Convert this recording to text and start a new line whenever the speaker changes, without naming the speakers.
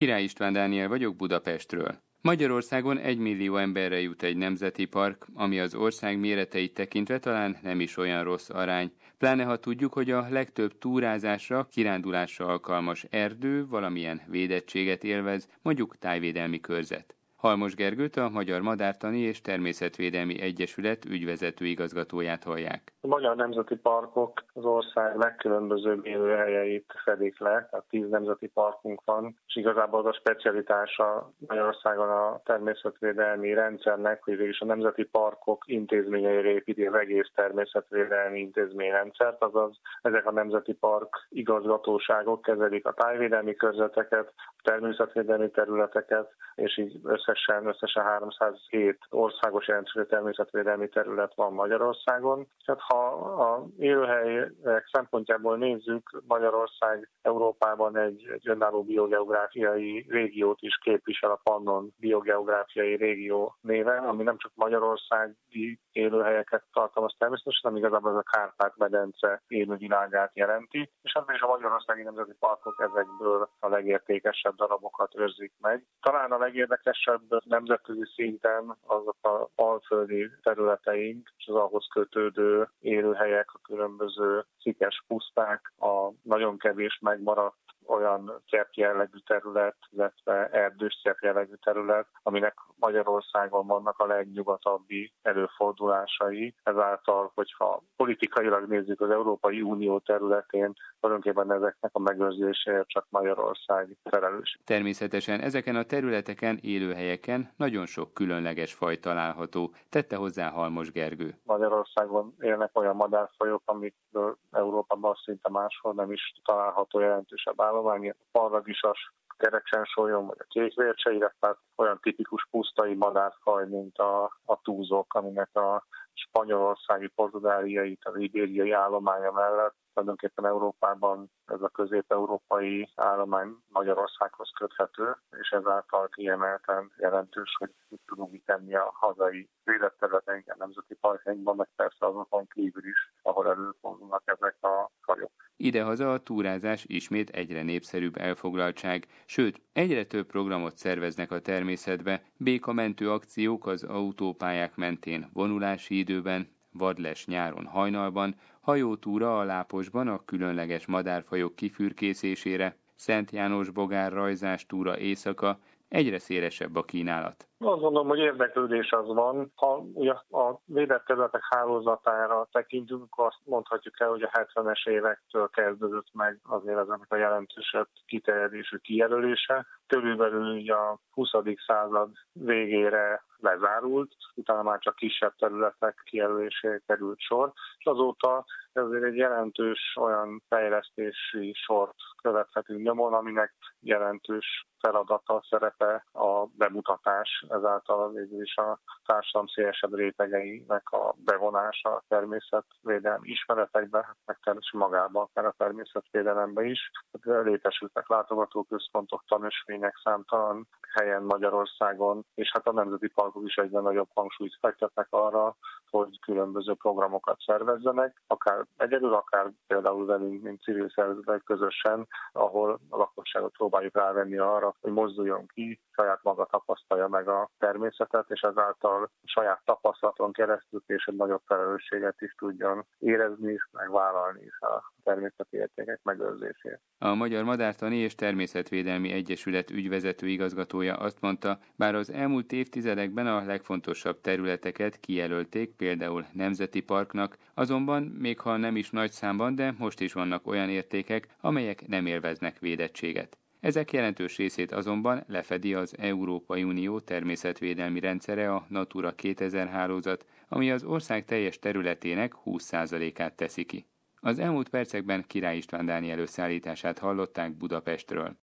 Király István Dániel vagyok Budapestről. Magyarországon 1 millió emberre jut egy nemzeti park, ami az ország méreteit tekintve talán nem is olyan rossz arány. Pláne ha tudjuk, hogy a legtöbb túrázásra, kirándulásra alkalmas erdő valamilyen védettséget élvez, mondjuk tájvédelmi körzet. Halmos Gergőt, a Magyar Madártani és Természetvédelmi Egyesület ügyvezető igazgatóját hallják.
A magyar nemzeti parkok az ország legkülönbözőbb élőhelyeit fedik le, tehát 10 nemzeti parkunk van, és igazából az a specialitása Magyarországon a természetvédelmi rendszernek, hogy végülis a nemzeti parkok intézményeire építi az egész természetvédelmi intézményrendszert, azaz ezek a nemzeti park igazgatóságok kezelik a tájvédelmi körzeteket, a természetvédelmi területeket, és így összesen 307 országos jelentőségű természetvédelmi terület van Magyarországon. Tehát ha a élőhelyek szempontjából nézzük, Magyarország Európában egy önálló biogeográfiai régiót is képvisel, a Pannon biogeográfiai régió néven, ami nem csak magyarországi élőhelyeket tartalmaz természetesen, hanem igazából ez a Kárpát-medence élővilágát jelenti, és ebben is a magyarországi nemzeti parkok ezekből a legértékesebb darabokat őrzik meg. Talán a legérdekesebb nemzetközi szinten azok az alföldi területeink, és az ahhoz kötődő élőhelyek, a különböző szikes puszták, a nagyon kevés megmaradt olyan cseppjellegű terület, illetve erdős cseppjellegű terület, aminek Magyarországon vannak a legnyugatabbi előfordulásai. Ezáltal, hogyha politikailag nézzük az Európai Unió területén, tulajdonképpen ezeknek a megőrzéséért csak Magyarország felelős.
Természetesen ezeken a területeken, élőhelyeken nagyon sok különleges faj található, tette hozzá Halmos Gergő.
Magyarországon élnek olyan madárfajok, amikből Európában szinte máshol nem is található jelentősebb állomány, a parragisas, kereksensólyom vagy a kékvércse, illetve olyan tipikus pusztai madárfaj, mint a túzok, aminek a spanyolországi, portugáliai, a ibériai állománya mellett tulajdonképpen Európában ez a közép-európai állomány Magyarországhoz köthető, és ezáltal kiemelten jelentős, hogy mit tudunk mit tenni a hazai védett területeinken, nemzeti parkjainkban, meg persze azokon kívül is, ahol előfordulnak ezek a fajok.
Idehaza a túrázás ismét egyre népszerűbb elfoglaltság, sőt, egyre több programot szerveznek a természetbe, békamentő akciók az autópályák mentén vonulási időben, vadles nyáron hajnalban, hajótúra a Láposban a különleges madárfajok kifürkészésére, Szent János bogár rajzás túra éjszaka, egyre szélesebb a kínálat.
Azt gondolom, hogy érdeklődés az van. Ha ugye a védett területek hálózatára tekintünk, azt mondhatjuk el, hogy a 70-es évektől kezdődött meg azért ezek a jelentősebb kiterjedésű kijelölése. Körülbelül a 20. század végére lezárult, utána már csak kisebb területek kijelölésére került sor, és azóta ezért egy jelentős olyan fejlesztési sort követhetünk nyomon, aminek jelentős feladata, szerepe a bemutatás, ezáltal végül is a társadalom szélesebb rétegeinek a bevonása a természetvédelmi ismeretekbe, meg természetesen magában, akár a természetvédelembe is. Létesültek látogatóközpontok, tanösvények számtalan helyen Magyarországon, és hát a nemzeti parkok is egyre nagyobb hangsúlyt fektetnek arra, hogy különböző programokat szervezzenek, akár egyedül, akár például velünk, mint civil szervezetek közösen, ahol a lakosságot próbáljuk rávenni arra, hogy mozduljon ki, saját maga tapasztalja meg a természetet, és ezáltal saját tapasztalaton keresztül és egy nagyobb felelősséget is tudjon érezni és megvállalni is a természeti értékek megőrzését.
A Magyar Madártani és Természetvédelmi Egyesület ügyvezető igazgatója azt mondta, bár az elmúlt évtizedekben a legfontosabb területeket kijelölték, például nemzeti parknak, azonban még ha nem is nagy számban, de most is vannak olyan értékek, amelyek nem élveznek védettséget. Ezek jelentős részét azonban lefedi az Európai Unió természetvédelmi rendszere, a Natura 2000 hálózat, ami az ország teljes területének 20%-át teszi ki. Az elmúlt percekben Király István Dániel összeállítását hallották Budapestről.